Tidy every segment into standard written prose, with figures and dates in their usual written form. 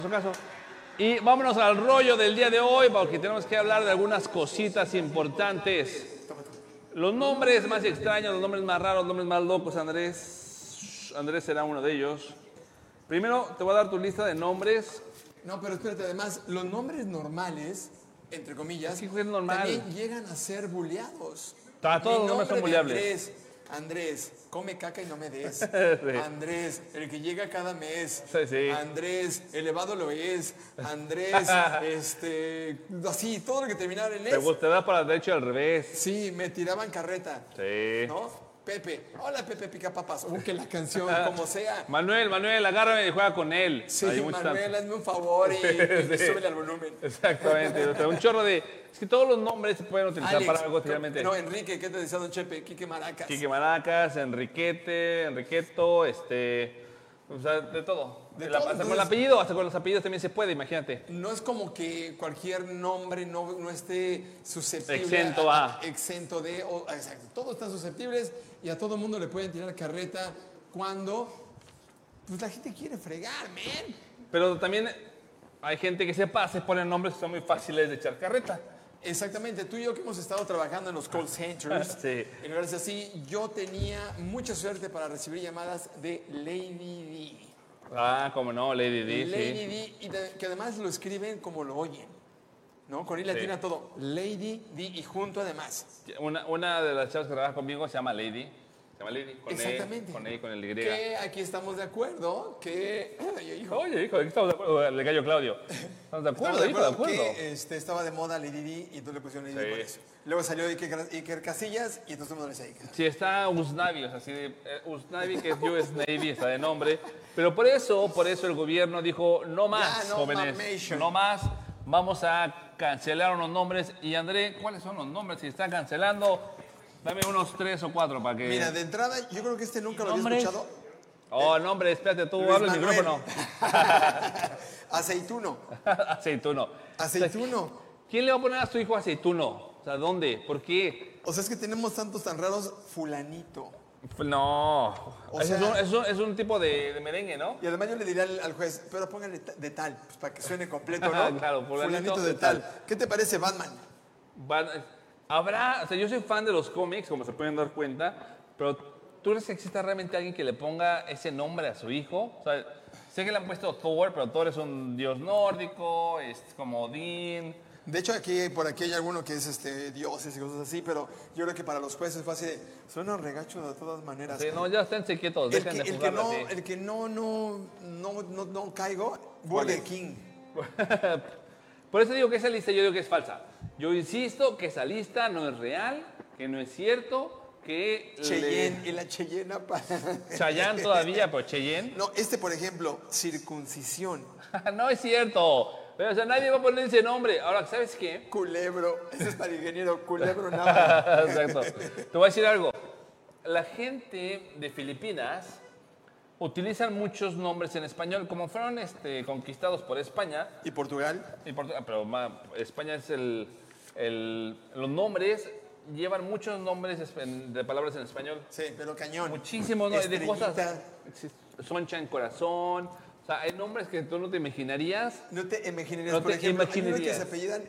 Caso. Y vámonos al rollo del día de hoy, porque tenemos que hablar de algunas cositas importantes. Los nombres más extraños, los nombres más raros, los nombres más locos, Andrés. Andrés será uno de ellos. Primero, te voy a dar tu lista de nombres. No, pero espérate, además, los nombres normales, entre comillas, Sí, es normal. también llegan a ser buleados. Todos los nombres son buleables. Andrés, come caca y no me des. Sí. Andrés, el que llega cada mes. Sí. Andrés, elevado lo es. Andrés, así, todo lo que terminaba en es. Te da para la derecha y al revés. Sí, me tiraban carreta. Sí. ¿No? Pepe, hola Pepe Picapapas, o que la canción, como sea. Manuel, agárrame y juega con él. Sí, Hay muchos Manuel, hazme un favor y súbele al volumen. Exactamente. O sea, un chorro de... Es que todos los nombres se pueden utilizar Alex, para algo especialmente. No, Enrique, ¿qué te decía Don Chepe? Quique Maracas. Quique Maracas, Enriqueto, o sea, de todo. Hasta con el apellido, hasta con los apellidos también se puede, imagínate. No es como que cualquier nombre no esté susceptible. Exento de. Exacto. Todos están susceptibles y a todo mundo le pueden tirar carreta cuando pues la gente quiere fregar, man. Pero también hay gente que se pone nombres que son muy fáciles de echar carreta. Exactamente, tú y yo que hemos estado trabajando en los call centers, Sí. en lugares así, yo tenía mucha suerte para recibir llamadas de Lady D. Ah, cómo no, Lady D, Lady sí. D, y que además lo escriben como lo oyen, ¿no? Con I latina todo, Lady D y junto además. Una de las chavas que trabaja conmigo se llama Lady. Se llama Lady, con Exactamente. con el Y. Que aquí estamos de acuerdo, que... Oye, hijo, aquí estamos de acuerdo, el gallo Claudio. Estamos de acuerdo, hijo, de acuerdo. Que estaba de moda Lady D y entonces le pusieron Lady D por eso. Luego salió Iker Casillas y entonces todo el mundo le decía Iker. Sí, está Usnavi, o sea, así de, Usnavi, que es US Navy, está de nombre. Pero por eso el gobierno dijo, no más, no jóvenes, mamation. no más, vamos a cancelar unos nombres. Y André, ¿cuáles son los nombres? Si están cancelando, dame unos 3 o 4 para que... Mira, de entrada, yo creo que nunca lo había ¿Nombres? escuchado. Oh, nombre, espérate, tú Luis habla el Manuel. micrófono. Aceituno. Aceituno. Aceituno. ¿Quién le va a poner a su hijo aceituno? O sea, ¿dónde? ¿Por qué? O sea, es que tenemos tantos tan raros, fulanito. No. O Ese sea- es un tipo de merengue, ¿no? Y además yo le diría al juez, pero póngale de tal, pues para que suene completo, ¿no? Claro, fulanito de de tal. ¿Qué te parece Batman? O sea, yo soy fan de los cómics, como se pueden dar cuenta, pero ¿tú crees que exista realmente alguien que le ponga ese nombre a su hijo? O sea, sé que le han puesto Thor, pero Thor es un dios nórdico, es como Odín. De hecho, por aquí hay alguno que es dioses y cosas así, pero yo creo que para los jueces fue así de, suena regacho de todas maneras. Sí, no, ya esténse quietos, dejen de jugarlo así. El que no caigo, Burger King. Por eso digo que esa lista yo digo que es falsa. Yo insisto que esa lista no es real, que no es cierto, que... Cheyenne y la Cheyenne para... Chayanne todavía, pero Cheyenne. No, por ejemplo, circuncisión. No es cierto. O sea, nadie va a poner ese nombre. Ahora, ¿sabes qué? Culebro. Ese es para el ingeniero. Culebro nada. Exacto. Te voy a decir algo. La gente de Filipinas utilizan muchos nombres en español. Como fueron conquistados por España. ¿Y Portugal? Pero España es los nombres llevan muchos nombres de palabras en español. Sí, pero cañón. Muchísimos de cosas. Soncha en corazón. O sea, hay nombres que tú no te imaginarías. No te imaginarías. No por te ejemplo, hay unos que imaginarías. se apellidan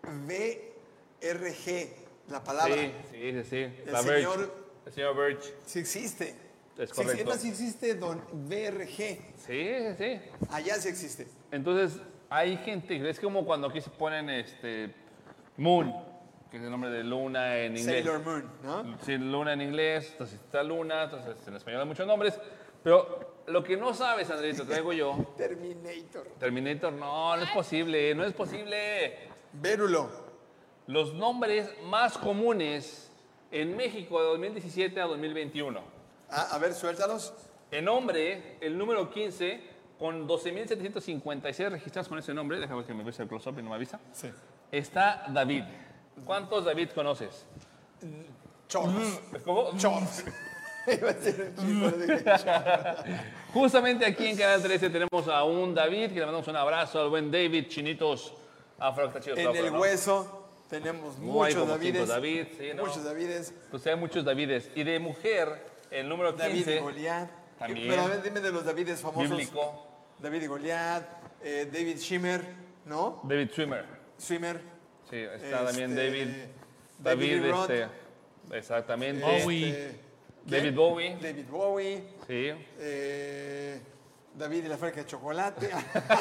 VRG, la palabra. Sí. El Verge. El señor Verge. Sí existe. Es correcto. Sí existe don VRG. Sí. Allá sí existe. Entonces, hay gente, es como cuando aquí se ponen Moon, que es el nombre de luna en inglés. Sailor Moon, ¿no? Sí, luna en inglés, entonces está luna, entonces en español hay muchos nombres. Pero lo que no sabes, Andrés, te traigo yo. Terminator, no es posible, no es posible. Vérulo. Los nombres más comunes en México de 2017 a 2021. A ver, suéltalos. En hombre, el número 15, con 12.756 registrados con ese nombre, déjame que me vea el close-up y no me avisa, Sí. está David. ¿Cuántos David conoces? Chorros. ¿Cómo? Chorros. Iba a ser un chiste. Justamente aquí en Canal 13 tenemos a un David, que le mandamos un abrazo al buen David, chinitos afro, está chido. En el hueso tenemos Hay muchos como Davides. 5 David, sí, ¿no? Muchos Davides. Pues hay muchos Davides. Y de mujer, el número 15. David y Goliat. También. Pero a ver, dime de los Davides famosos. Bíblico. David y Goliat. David Schwimmer, ¿no? David Schwimmer. Schwimmer. Sí, está también David Lee Roth. Exactamente. David Bowie. David Bowie. Sí. David y la fábrica de chocolate.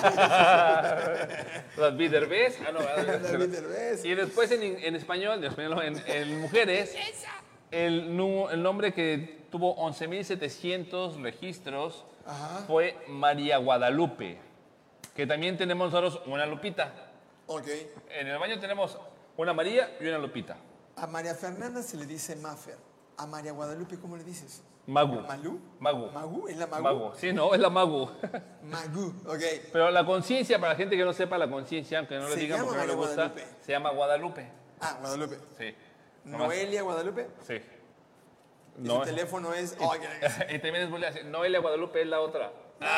David Derbez. David Derbez. Y después en español, en mujeres, el nombre que tuvo 11,700 registros fue María Guadalupe, que también tenemos nosotros una Lupita. Ok. En el baño tenemos una María y una Lupita. A María Fernanda se le dice Maffer. A María Guadalupe, ¿cómo le dices? Magu. ¿Malú? Magu. ¿Magu? ¿Es la Magu? Magu. Sí, no, es la Magu. Magu, ok. Pero la conciencia, para la gente que no sepa la conciencia, aunque no le Se digan porque no le llama gusta, Guadalupe. se llama Guadalupe. Ah, Guadalupe. Sí. ¿Noelia Guadalupe? Sí. Y su teléfono es... Oh, Y también es muy así. Noelia Guadalupe es la otra.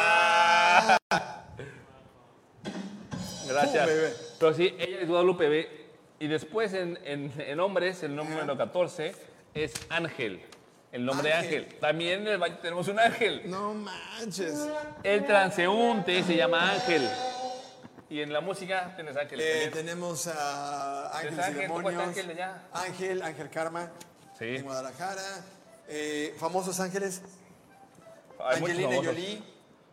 Gracias. Pero sí, ella es Guadalupe B. Y después en hombres, el número 14 es Ángel. El nombre Ángel. También en el baño tenemos un ángel. No manches. El transeúnte se llama Ángel. Y en la música tienes Ángel. Tenemos a Ángeles y Ángel, Demonios. Ángel de allá? Ángel Karma. Sí. En Guadalajara. Famosos ángeles. Hay muchos Angelina famosos. Jolie.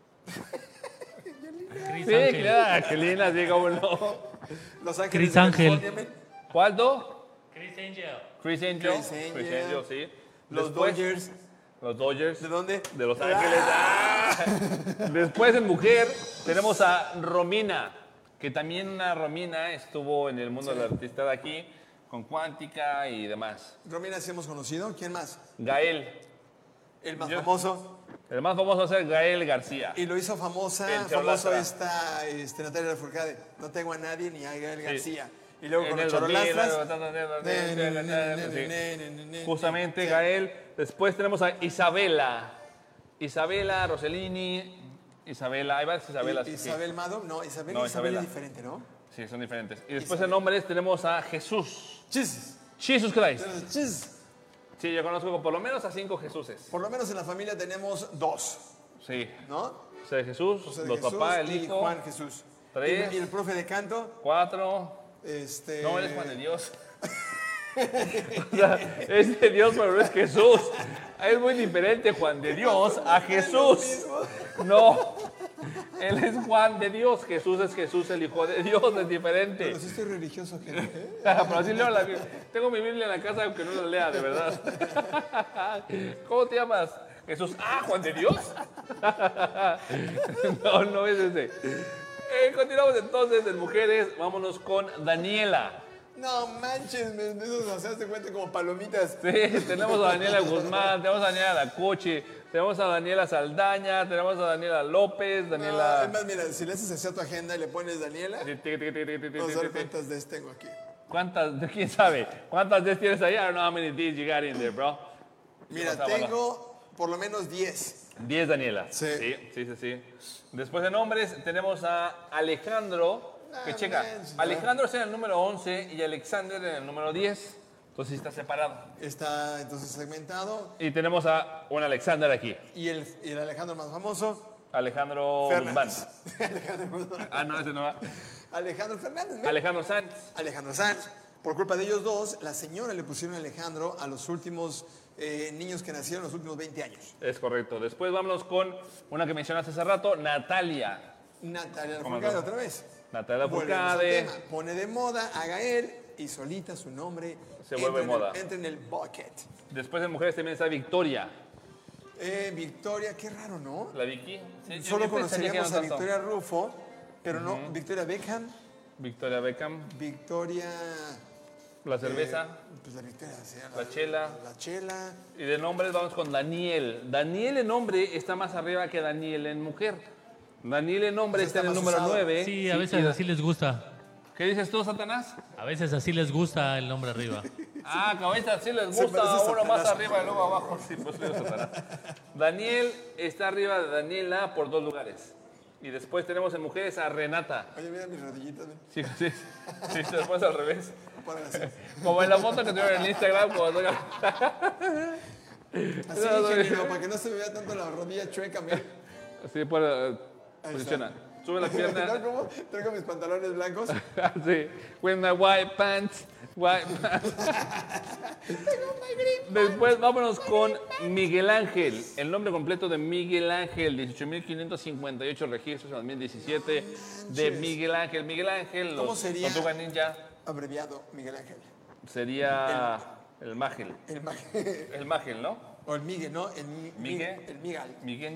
Sí, claro, Angelina, sí, cómo no. Los Ángeles Chris de Ángel. California, men. ¿Cuánto? Chris Angel. Chris Angel. Chris Angel. Chris Angel, sí. Los Después, Dodgers. Los Dodgers. ¿De dónde? De Los Ángeles. Después en mujer tenemos a Romina, que también una Romina estuvo en el mundo del artista de aquí, con Cuántica y demás. Romina sí hemos conocido. ¿Quién más? Gael. El más Yo- famoso. El más famoso va a ser Gael García. Y lo hizo famoso Chorolastra. esta Natalia Lafourcade. No tengo a nadie ni a Gael García. Y luego En con el los 2000, Chorolastras. sí. Justamente Gael. Después tenemos a Isabela. Isabela Rossellini. Isabela, hay varias Isabelas. sí. Isabel Mado. No, Isabel No, y Isabel Isabela. es diferente, ¿no? Sí, son diferentes. Y después en nombres tenemos a Jesús. Chis. Jesus Christ. Chis. Sí, yo conozco por lo menos a 5 Jesuses. Por lo menos en la familia tenemos 2, Sí. ¿no? José de Jesús, José de los Jesús papás, el y hijo. Juan Jesús. 3. Y el profe de canto. 4. Este... No, eres Juan de Dios. O sea, es de Dios, pero no es Jesús. Es muy diferente Juan de Dios a Jesús. No. Él es Juan de Dios. Jesús es Jesús, el Hijo de Dios. Es diferente. Pero sí estoy religioso, gente. ¿Eh? Pero así leo la Biblia. Tengo mi Biblia en la casa aunque no la lea, de verdad. ¿Cómo te llamas? Jesús. Ah, Juan de Dios. No, no es ese. Continuamos entonces en mujeres. Vámonos con Daniela. No manches, de esos nos hace cuenta como palomitas. Sí, tenemos a Daniela Guzmán, tenemos a Daniela Lacucci, tenemos a Daniela Saldaña, tenemos a Daniela López, Daniela... Es más, mira, si le haces así a tu agenda y le pones Daniela, Sí, tic, tic, tic, tic, tic, vamos a ver tic, tic. cuántas Ds tengo aquí. ¿Cuántas? ¿Quién sabe? ¿Cuántas Ds tienes ahí? I don't know how many Ds you got in there, bro. Mira, Sí, o sea, tengo por lo menos 10. 10 Danielas. Sí. Sí. Después de nombres tenemos a Alejandro, que checa, manches, Alejandro es en el número 11 y Alexander en el número 10. Entonces está separado. Está entonces segmentado. Y tenemos a un Alexander aquí. Y el Alejandro más famoso, Alejandro Guzmán. Fernández. Alejandro Guzmán. Ah, no, ese no va. Alejandro Fernández, ¿no? Alejandro Sanz. Alejandro Sanz. Por culpa de ellos dos, la señora le pusieron Alejandro a los últimos niños que nacieron los últimos 20 años. Es correcto. Después vámonos con una que mencionaste hace rato, Natalia. Natalia ¿Cómo Lafourcade no? otra vez. Natalia Volvemos al Lafourcade. tema. Pone de moda a Gael y solita su nombre Se vuelve moda. Entra en el bucket. Después de mujeres también está Victoria. Victoria, qué raro, ¿no? La Vicky. Sí, Solo yo pensaría que conoceríamos no a tanto. Victoria Rufo, pero no, Victoria Beckham, Victoria Beckham. Victoria... La cerveza. Pues la Victoria, sí, La chela. La chela. Y de nombres vamos con Daniel. Daniel en hombre está más arriba que Daniel en mujer. Daniel en hombre Pues está en el está más número usado. 9. Sí, a veces así les gusta. ¿Qué dices tú, Satanás? A veces así les gusta el nombre arriba. Ah, cabeza, sí les Se gusta parece a uno más Satanás. arriba y luego abajo. Sí, pues soy Satanás. Daniel está arriba de Daniela por 2 lugares. Y después tenemos en mujeres a Renata. Oye, mira mis rodillitas, ven. Sí, sí. Sí, después al revés. Ponen así. Como en la foto que tuvieron en Instagram. Cuando Así, ingeniero, para que no se me vea tanto la rodilla chueca, mira. Así, por, Ahí posiciona. Sube la pierna. ¿No? ¿Cómo? Traigo mis pantalones blancos. Sí. With my white pants. White pants. Después vámonos con Miguel Ángel. El nombre completo de Miguel Ángel. 18.558 registros en 2017 de Miguel Ángel. Miguel Ángel, ¿Cómo los sería? Tortuga Ninja. Abreviado, Miguel Ángel. Sería el Mágel. El Mágel, ¿no? O el Miguel, ¿no? Miguel. El Miguel.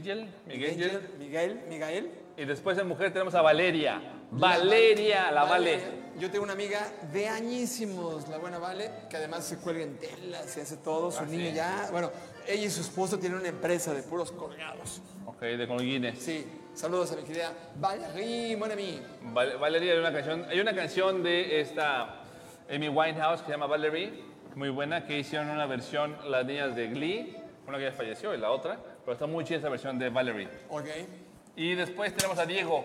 Miguel. Y después en mujer tenemos a Valeria. Valeria, la Vale. Yo tengo una amiga de añísimos, la buena Vale, que además se cuelga en telas, se hace todo. Su niño ya. Bueno, ella y su esposo tienen una empresa de puros colgados. Ok, de colguines. Sí. Saludos a mi querida Valerie, mon ami. Valeria, hay una canción de esta Amy Winehouse que se llama Valerie, muy buena, que hicieron una versión las niñas de Glee, una que ya falleció y la otra, pero está muy chida esa versión de Valerie. Ok. Y después tenemos a Diego.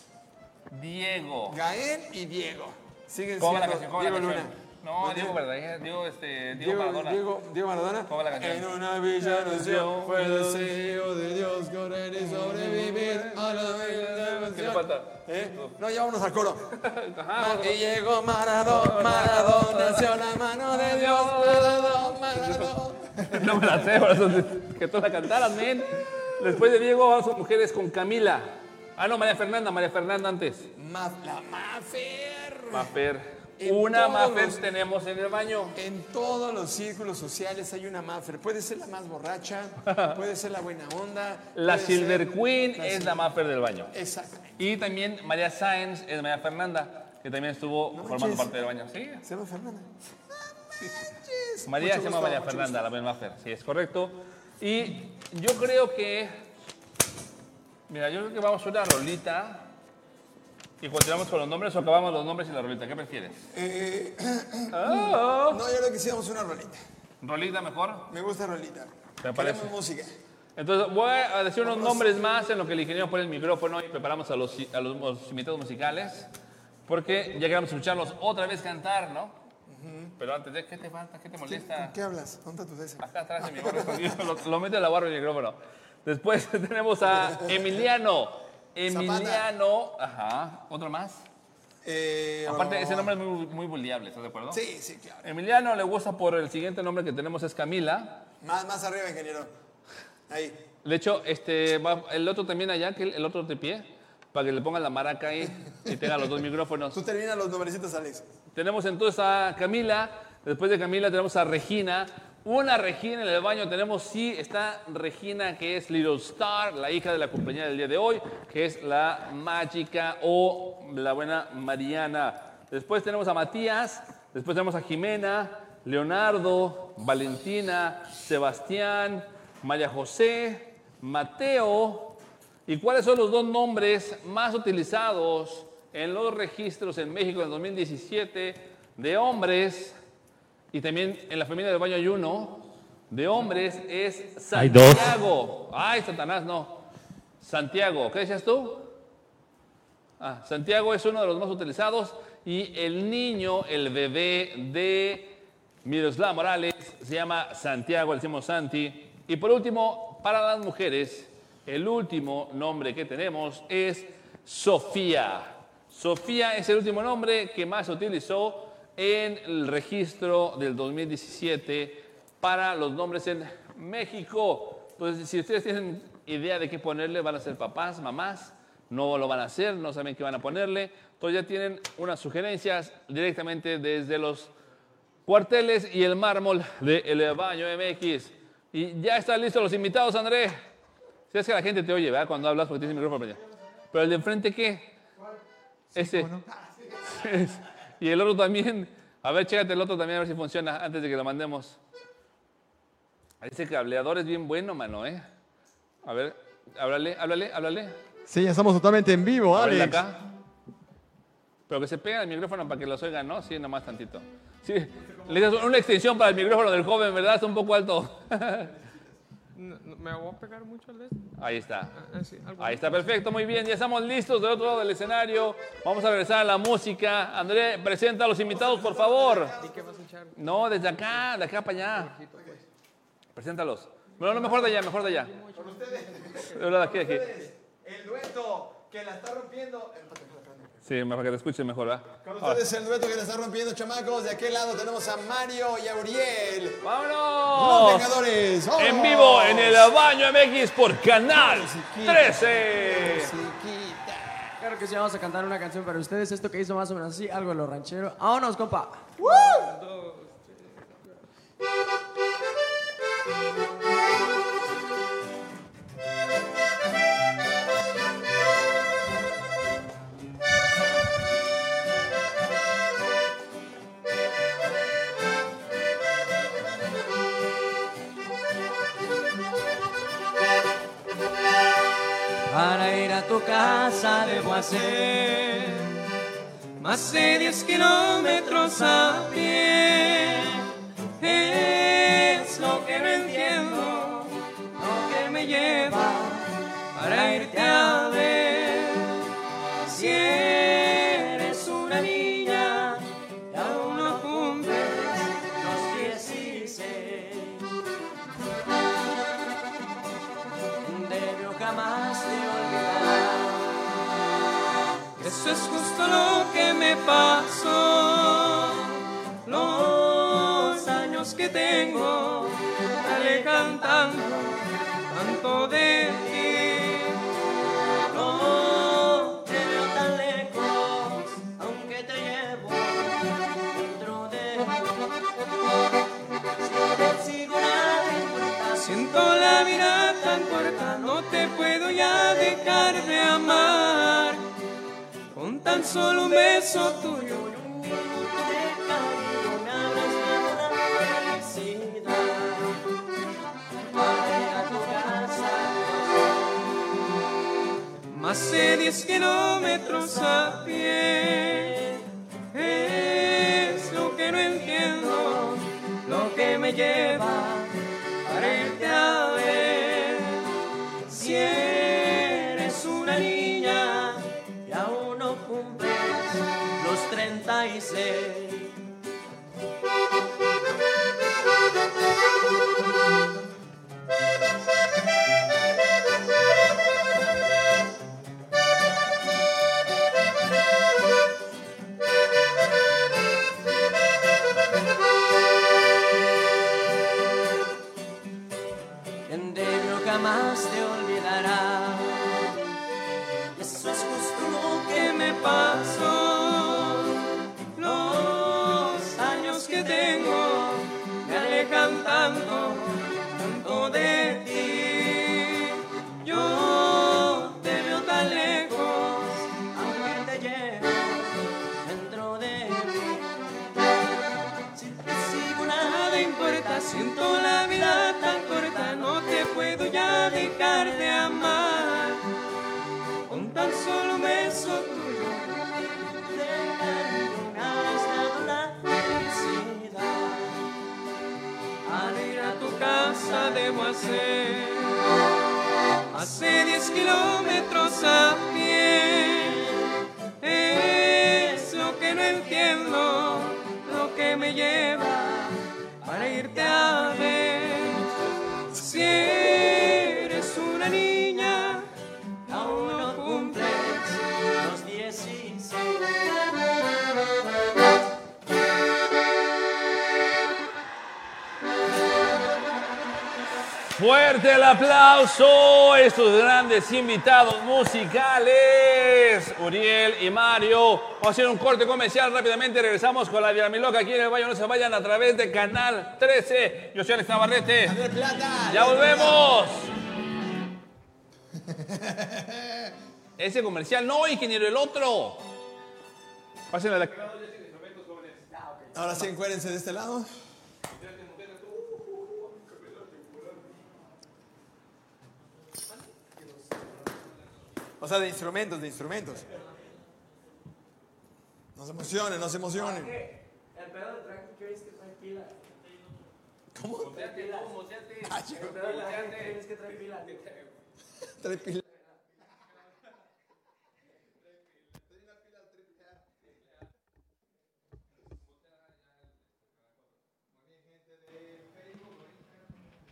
Gael y Diego. Siguen ¿Cómo siendo la canción? ¿Cómo Diego la canción? Luna. No, Diego Maradona. Diego Maradona. Diego Maradona. ¿Cómo la canción? En una villa nació, fue el deseo de Dios correr y sobrevivir a la vida. ¿Qué le falta? No, ya vámonos al coro. Ajá. Y llegó Maradona, nació la mano de Dios. Maradona. No me la sé, por eso que tú la cantaras, men. Después de Diego vamos a mujeres con Camila. Ah, no, María Fernanda antes. La Mafer. Mafer. En Una todos Mafer los- tenemos en el baño. En todos los círculos sociales hay una Mafer. Puede ser la más borracha, puede ser la buena onda. La puede Silver ser Queen la es Silver- la Mafer del baño. Exactamente. Y también María Sáenz es María Fernanda, que también estuvo formando manches. parte del baño. Sí, Se llama Fernanda. María Mucho se llama gusto, María mucho Fernanda, gusto. la Ben Mafer. Sí, es correcto. Y yo creo que... Mira, yo creo que vamos a una rolita y continuamos con los nombres o acabamos los nombres y la rolita. ¿Qué prefieres? No, yo creo que hicimos una rolita. ¿Rolita mejor? Me gusta rolita. Me parece. Queremos música. Entonces voy a decir unos nombres más en lo que el ingeniero pone el micrófono y preparamos a los invitados musicales. Porque ya queremos escucharlos otra vez cantar, ¿no? Pero antes de, ¿qué te falta? ¿Qué te molesta? ¿Qué hablas? ¿Dónde está tu cese? Acá atrás de mi gorro escondido, lo mete a la barba el micrófono. Después tenemos a Emiliano. Emiliano, ajá, otro más. Aparte, ese nombre es muy bulliable, ¿estás de acuerdo? Sí, sí, claro. Emiliano le gusta por el siguiente nombre que tenemos, es Camila. Más arriba, ingeniero. Ahí. De hecho, va el otro también allá, que el otro de pie, para que le pongan la maraca ahí y tenga los dos micrófonos. Tú terminas los nombrecitos, Alex. Tenemos entonces a Camila, después de Camila tenemos a Regina. Una Regina en el baño tenemos, sí, está Regina, que es Little Star, la hija de la compañera del día de hoy, que es la mágica o la buena Mariana. Después tenemos a Matías, después tenemos a Jimena, Leonardo, Valentina, Sebastián, María José, Mateo. ¿Y cuáles son los dos nombres más utilizados en los registros en México en el 2017 de hombres? Y también en la familia del baño hay uno de hombres, es Hay dos. Santiago. Ay, Satanás, no. Santiago, ¿qué decías tú? Santiago es uno de los más utilizados y el niño, el bebé de Miroslav Morales se llama Santiago, le decimos Santi. Y por último, para las mujeres, el último nombre que tenemos es Sofía. Sofía es el último nombre que más se utilizó en el registro del 2017 para los nombres en México. Entonces, si ustedes tienen idea de qué ponerle, van a ser papás, mamás, no lo van a hacer, no saben qué van a ponerle. Entonces ya tienen unas sugerencias directamente desde los cuarteles y el mármol del Baño MX. Y ya están listos los invitados, André. Si es que la gente te oye, ¿verdad? Cuando hablas porque tienes el micrófono. Pero el de enfrente, ¿qué? Ese. Y el otro también. A ver, chécate el otro también, a ver si funciona antes de que lo mandemos. Ese cableador es bien bueno, mano, ¿eh? A ver, háblale. Sí, ya estamos totalmente en vivo, Háblale Alex. acá. Pero que se pegue al micrófono para que los oigan, ¿no? Sí, nomás tantito. Sí, le das una extensión para el micrófono del joven, ¿verdad? Está un poco alto. ¿Me voy a pegar mucho al de este? Ahí está. Sí, algo. Ahí está, perfecto, muy bien. Ya estamos listos del otro lado del escenario. Vamos a regresar a la música. André, presenta a los invitados, por favor. ¿Y qué vas a echar? No, desde acá, de acá para allá. Preséntalos. Bueno, no, mejor de allá, mejor de allá. Con ustedes. De aquí. El dueto que la está rompiendo. Sí, para que te escuchen mejor, ¿verdad? Con ustedes el dueto que la está rompiendo, chamacos. De aquel lado tenemos a Mario y a Uriel. ¡Vámonos! Los Vengadores. ¡Vámonos! En vivo en el Baño MX por Canal 13. Claro que sí, vamos a cantar una canción para ustedes. Esto que hizo más o menos así, algo de lo ranchero. ¡Vámonos, compa! Para ir a tu casa debo hacer más de 10 kilómetros a pie. Es lo que no entiendo, lo que me lleva para irte a ver. Si eres una niña y aún no cumples los 16, debo jamás de olvidar. Eso es justo lo que me pasó. Los años que tengo me alejan tanto de ti. No te veo tan lejos, aunque te llevo dentro de mí. Sigo nada importa, siento la vida tan corta, no te puedo ya dejar de amar. Con tan solo un beso tuyo y un minuto de cariño me habrás dado la felicidad. Para ir a tu casa, más de 10 kilómetros a pie. Es lo que no entiendo, lo que me lleva para irte a ver. Si eres una niña y aún no cumples los 36. Quien debió jamás te olvidará. Eso es justo lo que me pasó. Los años que tengo me alejan tanto de ti. Yo te veo tan lejos, aunque te llevo dentro de mí. Si te sigo nada importa, siento la vida tan corta, no te puedo ya dejar de amar. Con tan solo un beso tuyo de cariño me has dado la felicidad. Al ir a tu casa debo hacer más de 10 kilómetros a pie. Es lo que no entiendo, lo que me lleva para irte a ver. Si eres una niña, aún no cumples los 16. Fuerte el aplauso a estos grandes invitados musicales, Uriel y Mario. Vamos a hacer un corte comercial rápidamente. Regresamos con la Dinamiloca aquí en el Baño. No se vayan a través de Canal 13. Yo soy Alex Navarrete. Ya volvemos. Ese comercial no, ingeniero, el otro. Pásenle la... Ahora sí, encuérense de este lado. O sea, de instrumentos. No se emocionen, no se emocionen. El pedo de traje que es que trae pila. ¿Cómo? Moteate. El pedo de traje es que trae pila. Trae pila.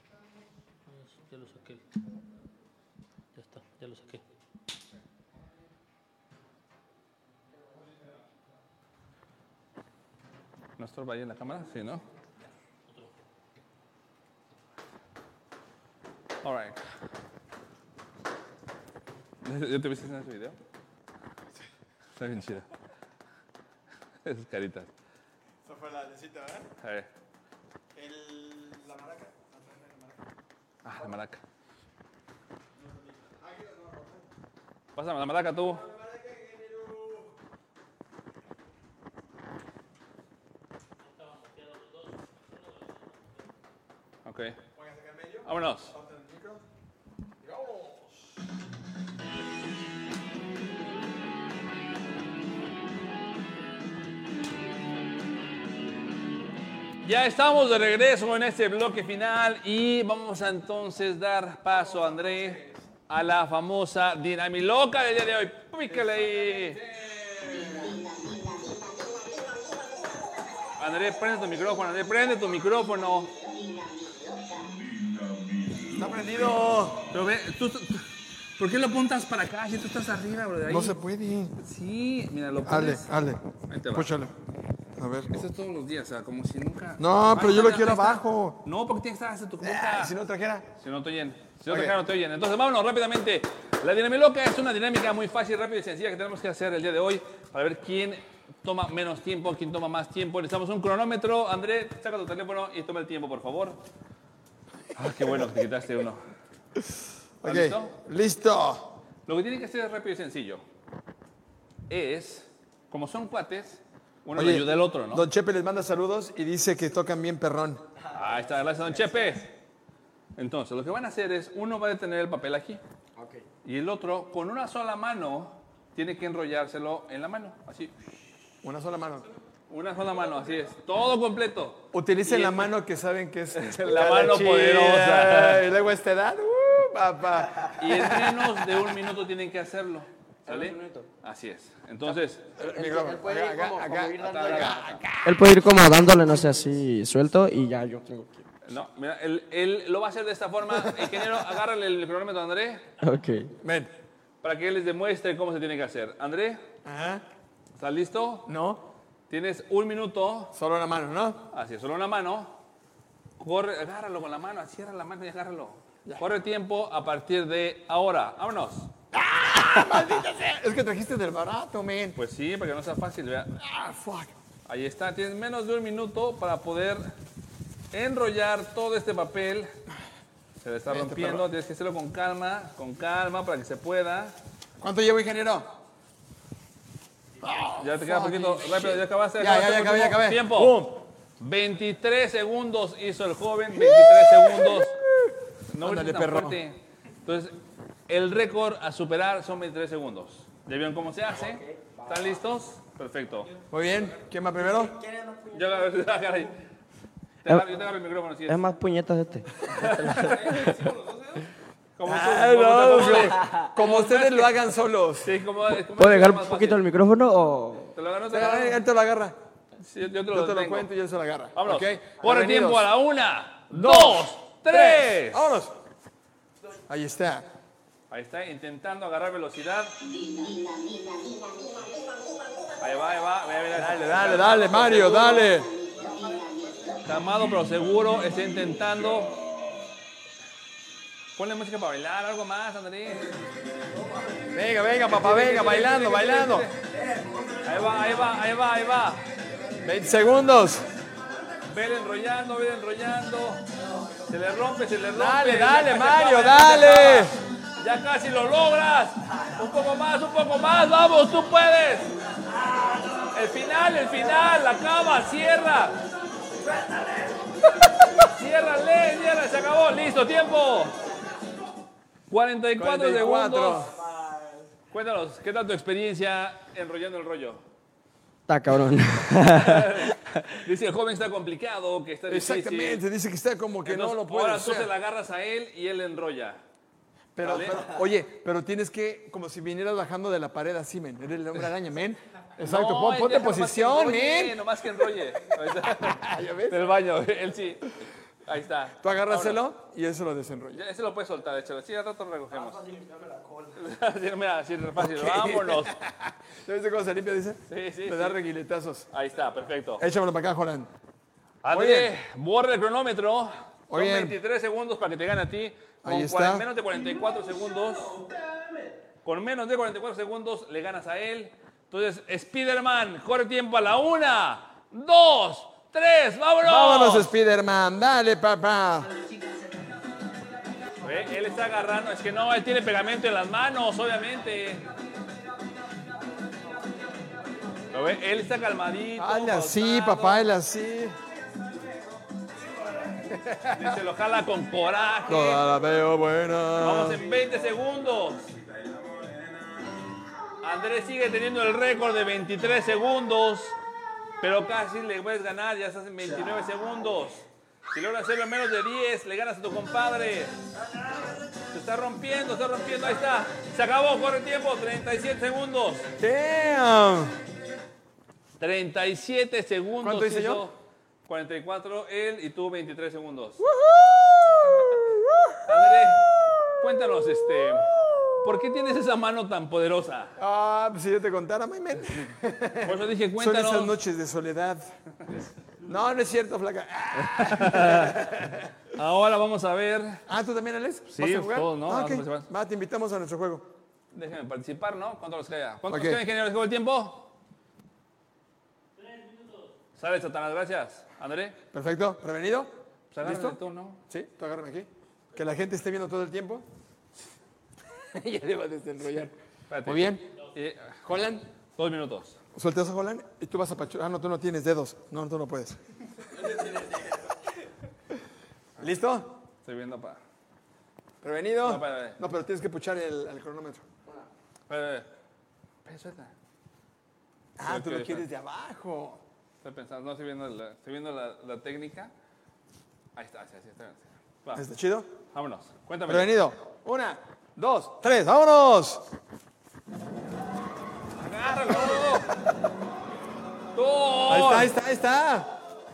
Ya lo saqué. Ya está, ya lo saqué. ¿No estorba ahí en la cámara? Sí, ¿no? All right. ¿Ya te viste en ese video? Sí. Está bien chida. Esas caritas. Esa fue la necesita, ¿verdad? A ver. La maraca. Ah, la maraca. Pásame la maraca tú. Ok. Vámonos. Ya estamos de regreso en este bloque final y vamos a entonces dar paso, André, a la famosa Dinamiloca del día de hoy. Pícale ahí. André, prende tu micrófono, André, prende tu micrófono. Está prendido. Pero ve, ¿por qué lo apuntas para acá si tú estás arriba, bro? Ahí. No se puede. Sí, mira, lo pones. Ale. Ahí te va. Escúchale. A ver. Esto es todos los días, o sea, como si nunca... No, pero yo lo quiero ahí está. abajo. No, porque tiene que estar hasta tu boca. Si no trajera. Si no te oyen. Si no Ok. te no te oyen. Entonces, vámonos rápidamente. La Dinamiloca es una dinámica muy fácil, rápida y sencilla que tenemos que hacer el día de hoy para ver quién toma menos tiempo, quién toma más tiempo. Necesitamos un cronómetro. André, saca tu teléfono y toma el tiempo, por favor. Ah, qué bueno que te quitaste uno. Ok. ¿Listo? Listo. Lo que tiene que hacer es rápido y sencillo. Es, como son cuates, uno le ayuda al otro, ¿no? Don Chepe les manda saludos y dice que tocan bien perrón. Ahí está, gracias, don Chepe. Entonces, lo que van a hacer es, uno va a detener el papel aquí. Y el otro, con una sola mano, tiene que enrollárselo en la mano. Así. Una sola mano. Una sola mano, así es. Todo completo. Utilicen Y la el- mano que saben que es La mano chida. poderosa. Y luego a esta edad, papá. Y en menos de un minuto tienen que hacerlo. ¿Sale? Así es. Entonces, Micrófono. Acá. Él puede ir como dándole, no sé, así suelto y ya yo tengo que... no, mira, él lo va a hacer de esta forma. Ingeniero, agárrale el cronómetro a André Ok. Ven. para que él les demuestre cómo se tiene que hacer. André, Ajá. ¿estás listo? No. Tienes un minuto. Solo una mano, ¿no? Así es, solo una mano. Corre, agárralo con la mano, cierra la mano y agárralo. Corre el tiempo a partir de ahora. Vámonos. Es que trajiste del barato, men. Pues sí, para que no sea fácil, vea. Ah, fuck. Ahí está, tienes menos de un minuto para poder enrollar todo este papel. Se le está rompiendo, tienes que hacerlo con calma para que se pueda. ¿Cuánto llevo, ingeniero? Ya te queda poquito, rápido, ya acabaste. Ya acabé. Tiempo. 23 segundos hizo el joven, 23 segundos. No Ándale, grites tan perro. fuerte. Entonces, el récord a superar son 23 segundos. ¿Ya vieron cómo se hace? ¿Están listos? Perfecto. Muy bien. ¿Quién va primero? Yo agarro ahí. Yo te agarro el micrófono. Si Es más puñetas este. Como Como ustedes lo hagan solos. Sí, como ¿Puedo dejar más un poquito fácil. el micrófono o...? ¿Te lo agarro? ¿Te lo agarro? Él te lo agarra. Sí, yo te Yo lo te lo detengo. cuento y él se lo agarra. Vámonos. ¿Ok? Corre Bienvenidos. tiempo a la 1, 2, 3. Vámonos. Ahí está. Ahí está, intentando agarrar velocidad. Ahí va. Mira. Dale, Mario, dale. Calmado pero seguro, está intentando. Ponle música para bailar, algo más, Andrés. Venga, papá, venga, bailando. Ahí va. 20 segundos. Vele enrollando. Se le rompe. Dale, Ya casi Mario, acaba, dale. Ya casi lo logras. Un poco más. Vamos, tú puedes. El final. Acaba, cierra. Ciérrale. Se acabó. Listo, tiempo. 44 segundos. Cuéntanos, ¿qué tal tu experiencia enrollando el rollo? Está cabrón. Dice el joven está complicado, que está difícil. Exactamente, dice que está como que Entonces, no lo puede ahora tú hacer. se la agarras a él y él enrolla. Pero, ¿Vale? oye, pero tienes que, como si vinieras bajando de la pared así, men. Eres el hombre araña, men. Exacto, No, él ponte en deja nomás que posición, enrolle, men. Nomás que enrolle. ¿Ya ves? Del baño, él sí. Ahí está. Tú agárraselo y eso lo desenrolla. Ya, ese lo puedes soltar, échalo. Sí, al rato lo recogemos. Mira, así es fácil. Vámonos. ¿Ya viste cómo se limpia, dice? Sí, sí. Le da reguiletazos. Ahí está, perfecto. Échamelo para acá, Jolan. André, borra el cronómetro. Son Muy bien. 23 segundos para que te gane a ti. Ahí está. Menos de 44 segundos. Con menos de 44 segundos le ganas a él. Entonces, Spiderman, corre tiempo a la 1, 2, 3, ¡vámonos! Vámonos, Spiderman. Dale, papá. Ve, él está agarrando. Es que no, él tiene pegamento en las manos, obviamente. ¿Lo ve? Él está calmadito. Hazle así, pausado. papá, hazle así. Dice, lo jala con coraje. Toda la veo buena. Vamos en 20 segundos. Andrés sigue teniendo el récord de 23 segundos, pero casi le puedes ganar, ya estás en 29 segundos. Si logras hacerlo en menos de 10, le ganas a tu compadre. Se está rompiendo, ahí está. Se acabó, corre tiempo, 37 segundos. Damn. 37 segundos. ¿Cuánto hice hizo. yo? 44 él y tú 23 segundos. Andrés, cuéntanos, ¿por qué tienes esa mano tan poderosa? Ah, pues si yo te contara, my man. Por eso dije, Son cuéntanos. esas noches de soledad. No, no es cierto, flaca. Ahora vamos a ver. Ah, ¿tú también, Alex? Sí, ¿Vas a jugar? todos, ¿no? Ah, Vamos a ok. participar. Va, te invitamos a nuestro juego. Déjenme participar, ¿no? ¿Cuánto nos queda? ¿Cuánto Ok. nos queda, ingeniero? ¿Les quedó el tiempo? 3 minutos. Sale, Satanás, gracias. André, Perfecto. ¿Prevenido? pues agárrame ¿Listo? tú, ¿no? Sí, tú agárrame aquí. Que la gente esté viendo todo el tiempo. Ya le vas a desenrollar. Espérate. Muy bien. Y, Holland, 2 minutos. sueltas a Holland y tú vas a pachurar. Ah, no, tú no tienes dedos. No, tú no puedes. ¿Listo? Estoy viendo para... ¿Prevenido? No, espérame. No, pero tienes que puchar el cronómetro. Espérame. Suelta. Ah, Sí, tú ok, lo está. quieres de abajo. Estoy pensando, no, estoy viendo la técnica. Ahí está, sí, está bien. Va, ¿Está chido? vámonos. Cuéntame. Prevenido. 1, 2, 3, ¡vámonos! ¡Agárralo! ¡Dos! Ahí está.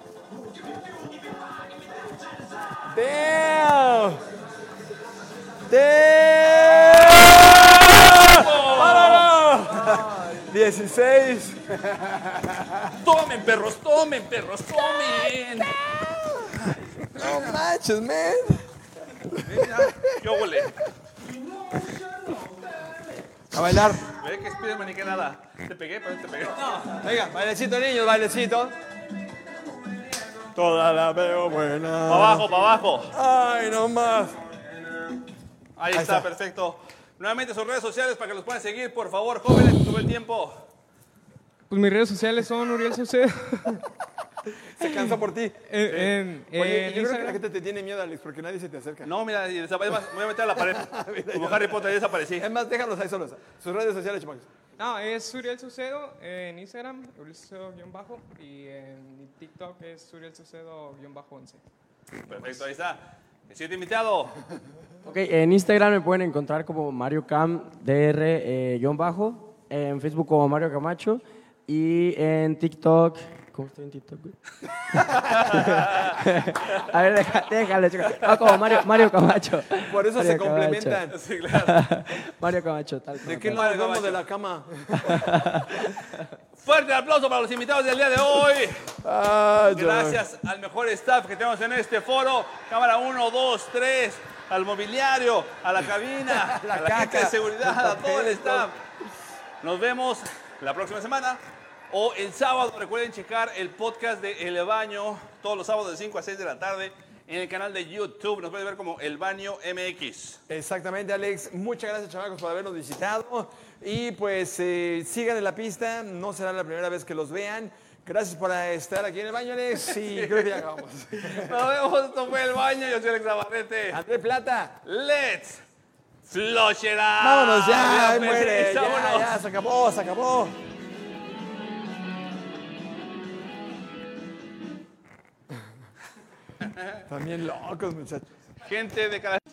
¡Damn! ¡Vámonos! 16. ¡Tomen, perros! ¡Tomen! No manches, man. ¡Qué huele! A bailar. Ve que Spiderman ni que nada. Te pegué, pero te pegué. Venga, bailecito, niños, bailecito. Toda la veo buena. Para abajo. Ay, no más. Ahí Ahí está, está. perfecto. Nuevamente sus redes sociales para que los puedan seguir, por favor, jóvenes, todo el tiempo. Pues mis redes sociales son Uriel Saucedo. Se cansó por ti. En Oye, yo creo que la Instagram. gente te tiene miedo, Alex, porque nadie se te acerca. No, mira, y desaparece más. Me voy a meter a la pared. Como Harry Potter, ya desaparecí. Es más, déjalos ahí solos. Sus redes sociales, chamacos. No, es Uriel Saucedo en Instagram, Uriel Saucedo-bajo, y en TikTok es Uriel Saucedo-11. Perfecto, ahí está. El siguiente invitado. Ok, en Instagram me pueden encontrar como Mario Cam DR bajo, en Facebook como Mario Camacho y en TikTok. ¿Cómo estoy en TikTok, güey? A ver, déjalo, chicos. No, como Mario Camacho. Por eso Mario se complementan. Sí, claro. Mario Camacho, tal cual. ¿De qué Mario nos vamos Camacho. de la cama? Fuerte aplauso para los invitados del día de hoy. Ah, Gracias al mejor staff que tenemos en este foro. Cámara 1, 2, 3. Al mobiliario, a la cabina, a la gente de caca, seguridad, a el todo el papel, staff. Nos vemos la próxima semana o el sábado. Recuerden checar el podcast de El Baño todos los sábados de 5 a 6 de la tarde en el canal de YouTube. Nos pueden ver como El Baño MX. Exactamente, Alex. Muchas gracias, chamacos, por habernos visitado. Y pues sigan en la pista. No será la primera vez que los vean. Gracias por estar aquí en el baño, Alex. Y creo que ya acabamos. Nos vemos. Esto fue El Baño. Yo soy Alex Navarrete. André Plata. Let's flush it out. Vámonos ya, ahí Mira, muere. pues, vámonos. Ya, se acabó, se acabó. También locos, muchachos. Gente de cada